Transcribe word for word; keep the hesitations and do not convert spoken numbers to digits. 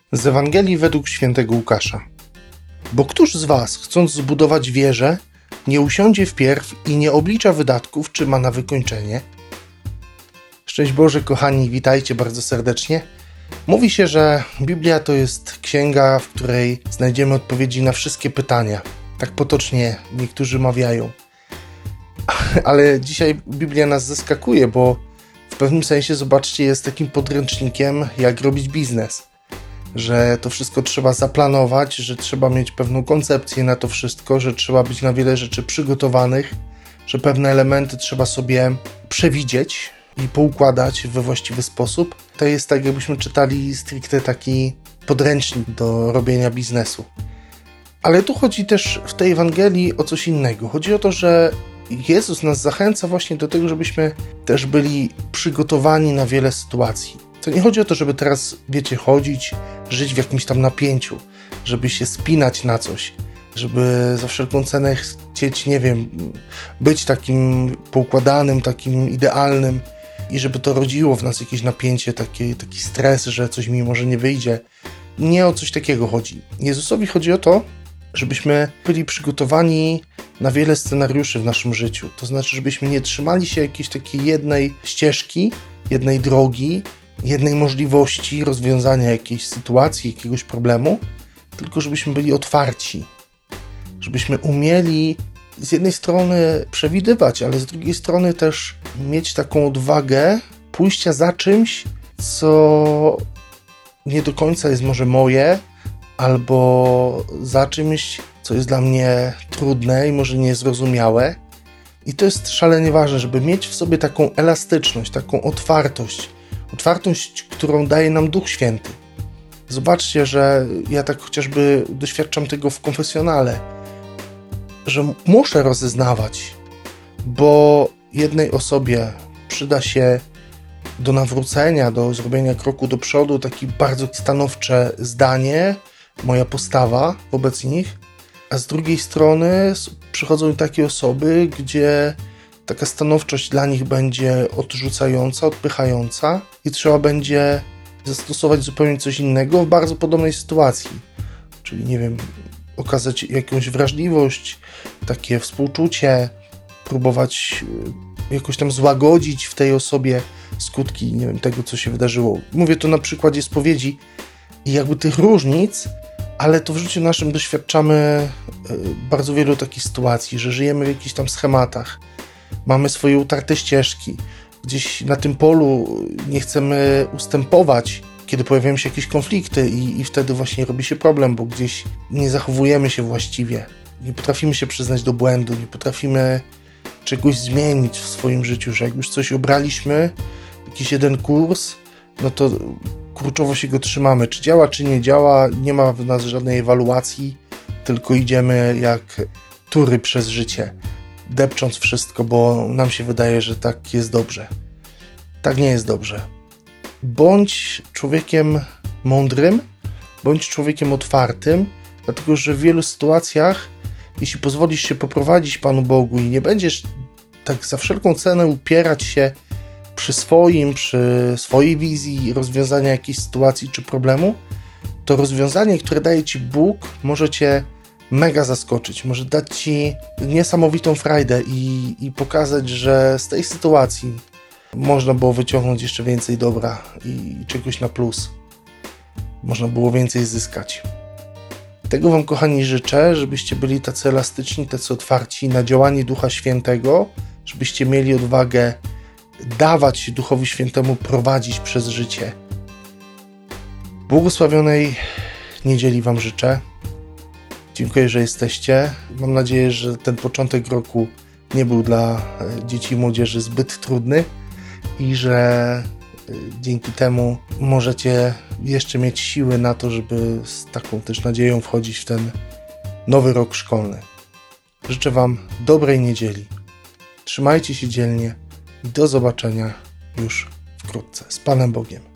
Z Ewangelii według świętego Łukasza. Bo któż z was, chcąc zbudować wieżę, nie usiądzie wpierw i nie oblicza wydatków, czy ma na wykończenie? Szczęść Boże, kochani, witajcie bardzo serdecznie. Mówi się, że Biblia to jest księga, w której znajdziemy odpowiedzi na wszystkie pytania. Tak potocznie niektórzy mawiają. Ale dzisiaj Biblia nas zaskakuje, bo w pewnym sensie, zobaczcie, jest takim podręcznikiem, jak robić biznes. Że to wszystko trzeba zaplanować, że trzeba mieć pewną koncepcję na to wszystko, że trzeba być na wiele rzeczy przygotowanych, że pewne elementy trzeba sobie przewidzieć i poukładać we właściwy sposób. To jest tak, jakbyśmy czytali stricte taki podręcznik do robienia biznesu. Ale tu chodzi też w tej Ewangelii o coś innego. Chodzi o to, że Jezus nas zachęca właśnie do tego, żebyśmy też byli przygotowani na wiele sytuacji. To nie chodzi o to, żeby teraz, wiecie, chodzić, żyć w jakimś tam napięciu, żeby się spinać na coś, żeby za wszelką cenę chcieć, nie wiem, być takim poukładanym, takim idealnym i żeby to rodziło w nas jakieś napięcie, taki, taki stres, że coś mi może nie wyjdzie. Nie o coś takiego chodzi. Jezusowi chodzi o to, żebyśmy byli przygotowani na wiele scenariuszy w naszym życiu. To znaczy, żebyśmy nie trzymali się jakiejś takiej jednej ścieżki, jednej drogi, jednej możliwości rozwiązania jakiejś sytuacji, jakiegoś problemu, tylko żebyśmy byli otwarci, żebyśmy umieli z jednej strony przewidywać, ale z drugiej strony też mieć taką odwagę pójścia za czymś, co nie do końca jest może moje, albo za czymś, co jest dla mnie trudne i może niezrozumiałe. I to jest szalenie ważne, żeby mieć w sobie taką elastyczność, taką otwartość, Otwartość, którą daje nam Duch Święty. Zobaczcie, że ja tak chociażby doświadczam tego w konfesjonale, że muszę rozeznawać, bo jednej osobie przyda się do nawrócenia, do zrobienia kroku do przodu takie bardzo stanowcze zdanie, moja postawa wobec nich, a z drugiej strony przychodzą takie osoby, gdzie taka stanowczość dla nich będzie odrzucająca, odpychająca i trzeba będzie zastosować zupełnie coś innego w bardzo podobnej sytuacji. Czyli, nie wiem, okazać jakąś wrażliwość, takie współczucie, próbować jakoś tam złagodzić w tej osobie skutki, nie wiem, tego, co się wydarzyło. Mówię to na przykładzie spowiedzi i jakby tych różnic, ale to w życiu naszym doświadczamy bardzo wielu takich sytuacji, że żyjemy w jakichś tam schematach. Mamy swoje utarte ścieżki. Gdzieś na tym polu nie chcemy ustępować, kiedy pojawiają się jakieś konflikty i, i wtedy właśnie robi się problem, bo gdzieś nie zachowujemy się właściwie. Nie potrafimy się przyznać do błędu, nie potrafimy czegoś zmienić w swoim życiu, że jak już coś obraliśmy, jakiś jeden kurs, no to kurczowo się go trzymamy. Czy działa, czy nie działa, nie ma w nas żadnej ewaluacji, tylko idziemy jak tury przez życie, depcząc wszystko, bo nam się wydaje, że tak jest dobrze. Tak nie jest dobrze. Bądź człowiekiem mądrym, bądź człowiekiem otwartym, dlatego że w wielu sytuacjach, jeśli pozwolisz się poprowadzić Panu Bogu i nie będziesz tak za wszelką cenę upierać się przy swoim, przy swojej wizji rozwiązania jakiejś sytuacji czy problemu, to rozwiązanie, które daje Ci Bóg, może Cię mega zaskoczyć, może dać Ci niesamowitą frajdę i, i pokazać, że z tej sytuacji można było wyciągnąć jeszcze więcej dobra i czegoś na plus. Można było więcej zyskać. Tego Wam, kochani, życzę, żebyście byli tacy elastyczni, tacy otwarci na działanie Ducha Świętego, żebyście mieli odwagę dawać Duchowi Świętemu prowadzić przez życie. Błogosławionej niedzieli Wam życzę. Dziękuję, że jesteście. Mam nadzieję, że ten początek roku nie był dla dzieci i młodzieży zbyt trudny i że dzięki temu możecie jeszcze mieć siły na to, żeby z taką też nadzieją wchodzić w ten nowy rok szkolny. Życzę Wam dobrej niedzieli. Trzymajcie się dzielnie i do zobaczenia już wkrótce. Z Panem Bogiem.